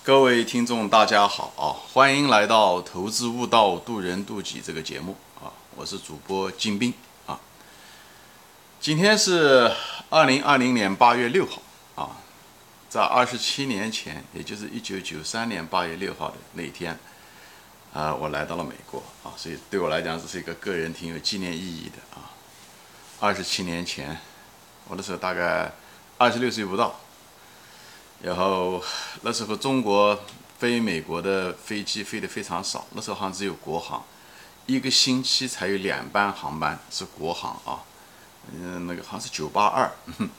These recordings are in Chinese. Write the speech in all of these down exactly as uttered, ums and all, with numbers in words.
各位听众，大家好啊！欢迎来到《投资悟道，渡人渡己》这个节目啊！我是主播金兵啊。今天是二零二零年八月六号啊，在二十七年前，也就是一九九三年八月六号的那一天啊，我来到了美国啊，所以对我来讲，这是一个个人挺有纪念意义的啊。二十七年前，我那时候大概二十六岁不到。然后那时候中国飞美国的飞机飞得非常少，那时候好像只有国航，一个星期才有两班航班是国航啊，嗯，那个好像是九八二，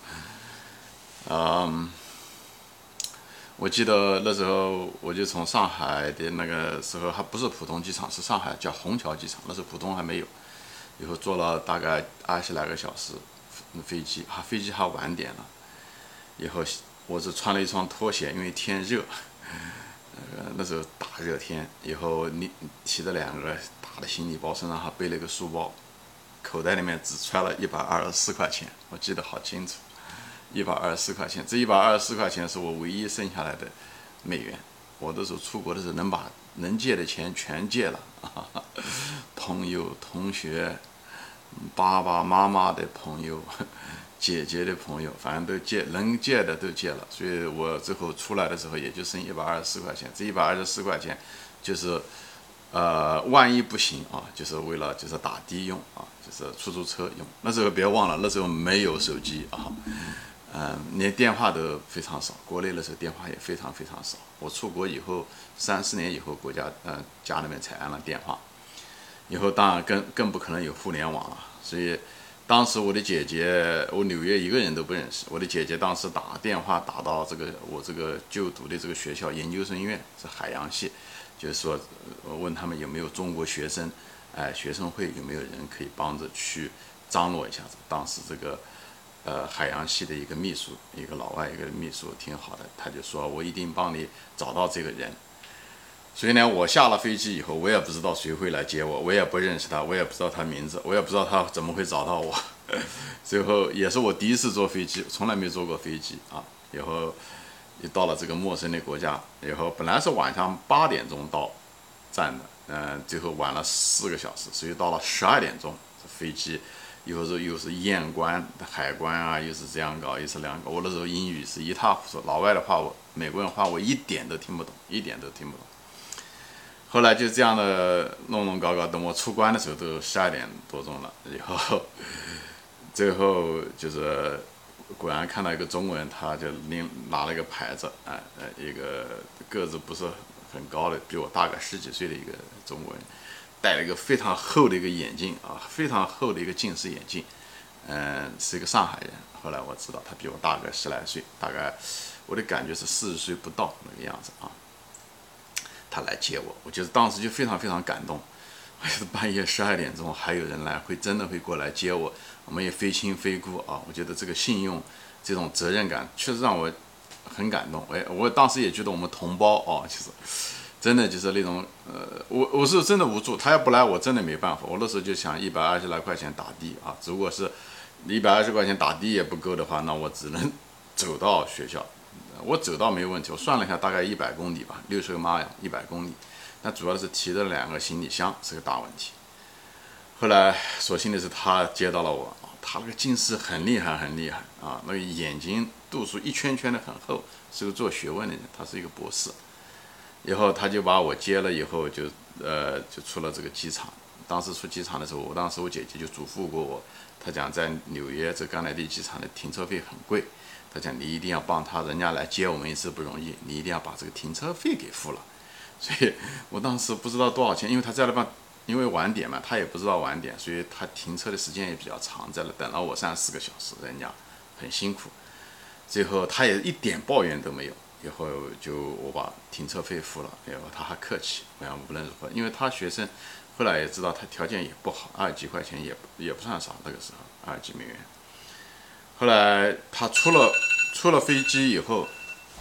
嗯，我记得那时候我就从上海的那个时候还不是浦东机场，是上海叫虹桥机场，那时候浦东还没有，以后坐了大概二十来个小时飞机，哈，飞机还晚点了，以后。我是穿了一双拖鞋，因为天热，呃，那时候大热天，以后你提着两个大的行李包，身上还背了一个书包，口袋里面只揣了一百二十四块钱，我记得好清楚，一百二十四块钱，这一百二十四块钱是我唯一剩下来的美元。我那时候出国的时候能把能借的钱全借了，朋友、同学、爸爸妈妈的朋友。姐姐的朋友，反正都借，能借的都借了，所以我最后出来的时候也就剩一百二十四块钱。这一百二十四块钱，就是，呃，万一不行啊，就是为了就是打的用啊，就是出租车用。那时候别忘了，那时候没有手机啊，嗯，连电话都非常少，国内的时候电话也非常非常少。我出国以后，三四年以后，国家呃家里面才安了电话，以后当然更更不可能有互联网了，所以。当时我的姐姐，我纽约一个人都不认识。我的姐姐当时打电话打到这个我这个就读的这个学校研究生院是海洋系，就是说问他们有没有中国学生，哎，学生会有没有人可以帮着去张罗一下子。当时这个呃海洋系的一个秘书，一个老外一个秘书挺好的，他就说我一定帮你找到这个人。所以呢，我下了飞机以后，我也不知道谁会来接我，我也不认识他，我也不知道他名字，我也不知道他怎么会找到我。最后也是我第一次坐飞机，从来没坐过飞机啊。以后又到了这个陌生的国家，以后本来是晚上八点钟到站的，嗯、呃，最后晚了四个小时，所以到了十二点钟，飞机有时候又是验关、海关啊，又是这样搞，又是那样搞。我那时候英语是一塌糊涂，老外的话我美国人话我一点都听不懂，一点都听不懂。后来就这样的弄弄搞搞，等我出关的时候都十二点多钟了。以后最后就是果然看到一个中国人，他就拎拿了一个牌子，哎呃，一个个子不是很高的，比我大个十几岁的一个中国人，戴了一个非常厚的一个眼镜啊，非常厚的一个近视眼镜，嗯，是一个上海人。后来我知道他比我大个十来岁，大概我的感觉是四十岁不到那个样子啊。他来接我，我觉得当时就非常非常感动。我觉得半夜十二点钟还有人来，会真的会过来接我，我们也非亲非故啊。我觉得这个信用、这种责任感，确实让我很感动。哎，我当时也觉得我们同胞啊，其实真的就是那种呃，我我是真的无助，他要不来，我真的没办法。我那时候就想一百二十来块钱打的啊，如果是一百二十块钱打的也不够的话，那我只能走到学校。我走到没有问题，我算了一下，大概一百公里吧，六十个马呀，一百公里。那主要是提着两个行李箱是个大问题。后来所幸的是他接到了我，他那个近视很厉害，很厉害啊，那个眼睛度数一圈圈的很厚，是个做学问的人，他是一个博士。以后他就把我接了，以后就呃就出了这个机场。当时出机场的时候，我当时我姐姐就嘱咐过我，她讲在纽约这甘乃迪机场的停车费很贵。他讲你一定要帮他，人家来接我们一次不容易，你一定要把这个停车费给付了。所以我当时不知道多少钱，因为他在那边，因为晚点嘛，他也不知道晚点，所以他停车的时间也比较长，在那等了我三四个小时，人家很辛苦。最后他也一点抱怨都没有，以后就我把停车费付了，然后他还客气，我想无论如何，因为他学生，后来也知道他条件也不好，二十几块钱也也不算少，那个时候二十几美元。后来他出了出了飞机以后，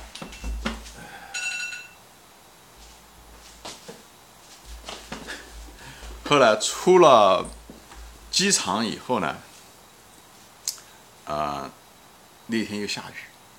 后来出了机场以后呢，啊、呃，那天又下雨，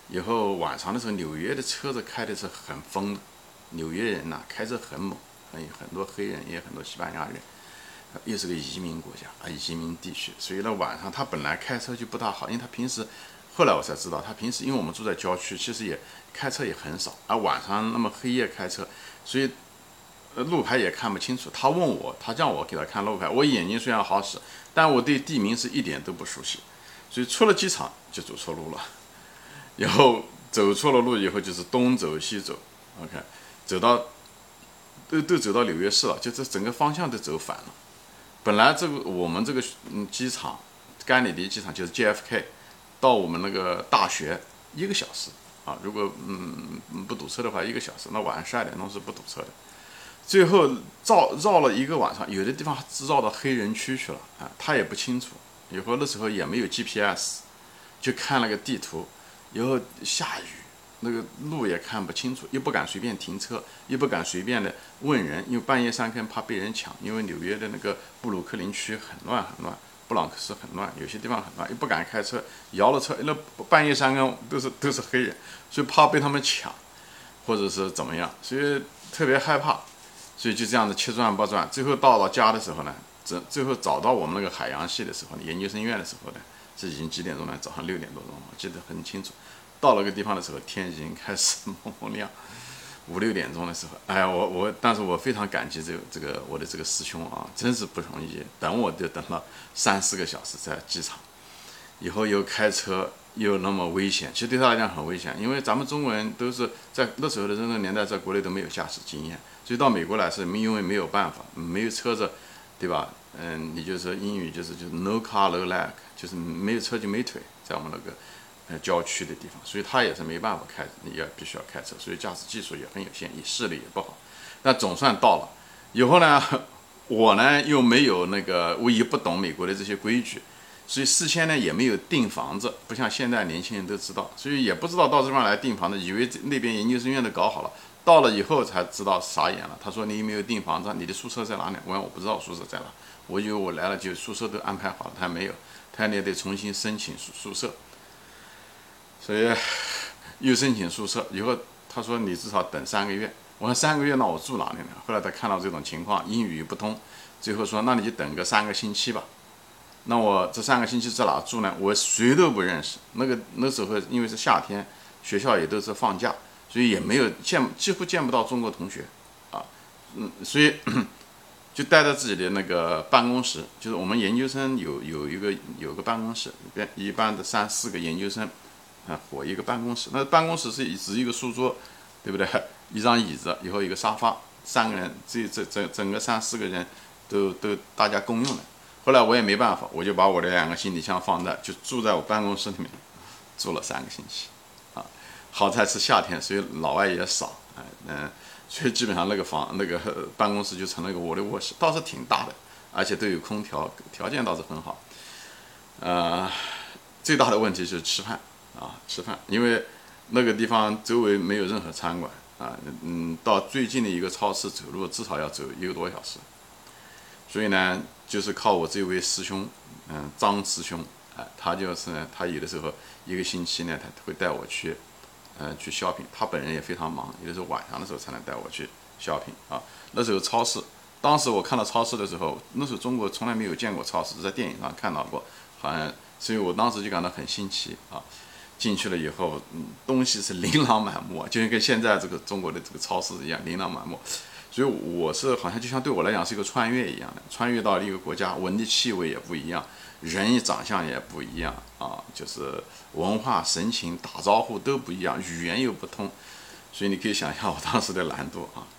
以后晚上的时候，纽约的车子开的是很疯的，纽约人呐、啊、开车很猛，很很多黑人也很多西班牙人，又是个移民国家啊，移民地区，所以呢晚上他本来开车就不大好，因为他平时，后来我才知道他平时因为我们住在郊区，其实也开车也很少，而晚上那么黑夜开车，所以路牌也看不清楚。他问我，他让我给他看路牌，我眼睛虽然好使，但我对地名是一点都不熟悉，所以出了机场就走错路了。以后走错了路以后就是东走西走 ，OK， 走到都都走到纽约市了，就这整个方向都走反了。本来这个我们这个嗯机场，甘乃迪机场就是 J F K， 到我们那个大学一个小时啊，如果嗯不堵车的话一个小时，那晚上十二点钟是不堵车的。最后绕绕了一个晚上，有的地方绕到黑人区去了啊，他也不清楚。以后那时候也没有 G P S， 就看了个地图。以后下雨，那个路也看不清楚，又不敢随便停车，又不敢随便的问人，因为半夜三更怕被人抢。因为纽约的那个布鲁克林区很乱很乱，布朗克斯很乱，有些地方很乱，又不敢开车，摇了车，那半夜三更都是都是黑人，所以怕被他们抢，或者是怎么样，所以特别害怕。所以就这样子七转八转，最后到了家的时候呢，最最后找到我们那个海洋系的时候，研究生院的时候呢，是已经几点钟呢？早上六点多钟，我记得很清楚。到了个地方的时候，天已经开始蒙蒙亮，五六点钟的时候，哎呀，我我，但是我非常感激这个这个我的这个师兄啊，真是不容易，等我就等了三四个小时在机场，以后又开车又那么危险，其实对他来讲很危险，因为咱们中国人都是在那时候的那个年代，在国内都没有驾驶经验。所以到美国来是因为没有办法，没有车子，对吧？嗯，你就是英语就是就是 no car no leg， 就是没有车就没腿，在我们那个呃郊区的地方，所以他也是没办法开，也必须要开车，所以驾驶技术也很有限，也视力也不好。但总算到了，以后呢，我呢又没有那个，我也不懂美国的这些规矩，所以事先呢也没有订房子，不像现在年轻人都知道，所以也不知道到这地方来订房子，以为那边研究生院都搞好了。到了以后才知道傻眼了，他说你有没有订房子？你的宿舍在哪里？我说我不知道宿舍在哪，我以为我来了就宿舍都安排好了，他没有，他也得重新申请宿宿舍，所以又申请宿舍。以后他说你至少等三个月，我说三个月那我住哪里呢？后来他看到这种情况，英语不通，最后说那你就等个三个星期吧。那我这三个星期在哪住呢？我谁都不认识。那个那时候因为是夏天，学校也都是放假。所以也没有见，几乎见不到中国同学，啊，嗯，所以就待在自己的那个办公室，就是我们研究生有有一个有个办公室，一般的三四个研究生，啊，伙一个办公室。那办公室是只一个书桌，对不对？一张椅子，以后一个沙发，三个人，这这整整个三四个人都都大家共用的。后来我也没办法，我就把我的两个行李箱放在，就住在我办公室里面，住了三个星期。好在是夏天，所以老外也少，哎，嗯，所以基本上那个房那个办公室就成了一个我的卧室，倒是挺大的，而且都有空调，条件倒是很好。呃，最大的问题就是吃饭啊，吃饭，因为那个地方周围没有任何餐馆啊，嗯，到最近的一个超市走路至少要走一个多小时，所以呢，就是靠我这位师兄，嗯，张师兄，哎，他就是呢，他有的时候一个星期呢，他会带我去。呃，去 shopping， 他本人也非常忙，有的时候晚上的时候才能带我去 shopping 啊。那时候超市，当时我看到超市的时候，那时候中国从来没有见过超市，只在电影上看到过，好像，所以我当时就感到很新奇啊。进去了以后，嗯，东西是琳琅满目，就跟现在这个中国的这个超市一样，琳琅满目。所以我是好像就像对我来讲是一个穿越一样的，穿越到一个国家，闻的气味也不一样。人长相也不一样啊，就是文化神情、打招呼都不一样，语言又不通，所以你可以想象我当时的难度啊。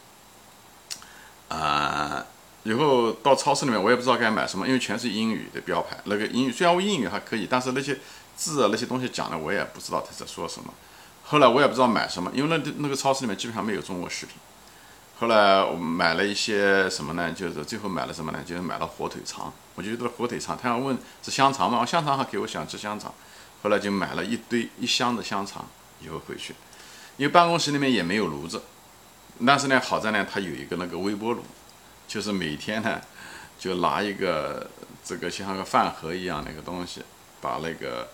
啊、呃，以后到超市里面，我也不知道该买什么，因为全是英语的标牌。那个英语虽然我英语还可以，但是那些字啊那些东西讲的我也不知道他在说什么。后来我也不知道买什么，因为那那个超市里面基本上没有中国食品。后来我买了一些什么呢？就是最后买了什么呢？就是买了火腿肠。我就觉得火腿肠，他要问是香肠吗？香肠还给我想吃香肠。后来就买了一堆一箱的香肠，以后回去，因为办公室里面也没有炉子，但是呢，好在呢，它有一个那个微波炉，就是每天呢，就拿一个这个像个饭盒一样那个东西，把那个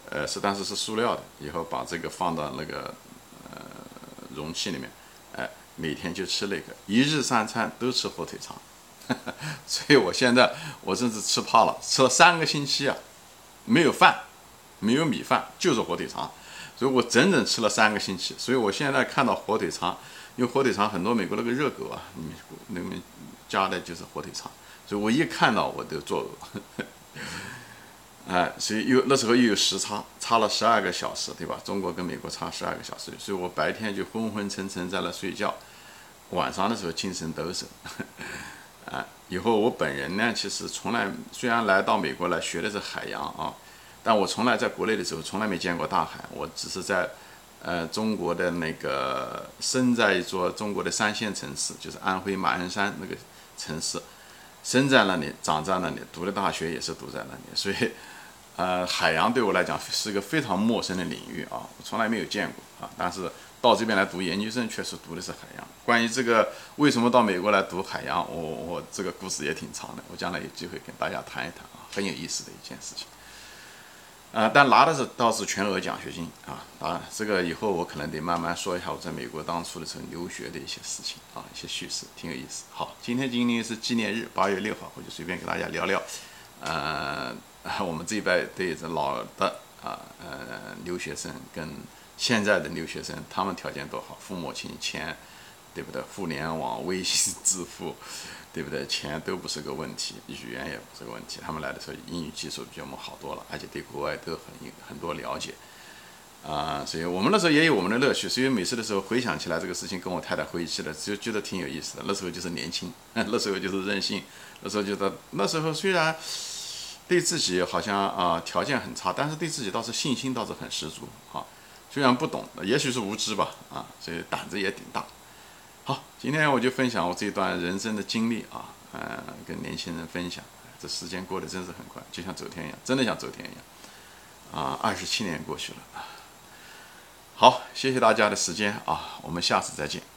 呃，是但是是塑料的，以后把这个放到那个呃容器里面，哎、每天就吃那个，一日三餐都吃火腿肠。所以我现在我真是吃怕了，吃了三个星期啊，没有饭，没有米饭，就是火腿肠，所以我整整吃了三个星期。所以我现在看到火腿肠，因为火腿肠很多美国那个热狗啊，你们那边加的就是火腿肠，所以我一看到我都作呕。哎，所以又那时候又有时差，差了十二个小时，对吧？中国跟美国差十二个小时，所以我白天就昏昏沉沉在那睡觉，晚上的时候精神抖擞。啊，以后我本人呢，其实从来虽然来到美国来学的是海洋啊，但我从来在国内的时候从来没见过大海，我只是在呃中国的那个生在一座中国的三线城市，就是安徽马鞍山那个城市，生在那里，长在那里，读的大学也是读在那里，所以呃海洋对我来讲是一个非常陌生的领域啊，我从来没有见过啊，但是到这边来读研究生，确实读的是海洋。关于这个为什么到美国来读海洋，我我这个故事也挺长的，我将来有机会跟大家谈一谈啊，很有意思的一件事情。啊、呃，但拿的是倒是全额奖学金啊。当然，这个以后我可能得慢慢说一下我在美国当初的时候留学的一些事情啊，一些叙事，挺有意思。好，今天今天是纪念日，八月六号，我就随便给大家聊聊，呃，我们这一辈对这老的啊呃留学生跟现在的留学生，他们条件多好，父母亲钱，对不对？互联网、微信支付，对不对？钱都不是个问题，语言也不是个问题。他们来的时候英语基础比我们好多了，而且对国外都很很多了解啊、呃。所以我们那时候也有我们的乐趣。所以每次的时候回想起来这个事情，跟我太太回忆起来，就觉得挺有意思的。那时候就是年轻，那时候就是任性，那时候觉得那时候虽然对自己好像啊、呃、条件很差，但是对自己倒是信心倒是很十足啊。虽然不懂，也许是无知吧，啊，所以胆子也挺大。好，今天我就分享我这段人生的经历啊，呃，跟年轻人分享。这时间过得真是很快，就像走天一样，真的像走天一样啊！二十七年过去了，好，谢谢大家的时间啊，我们下次再见。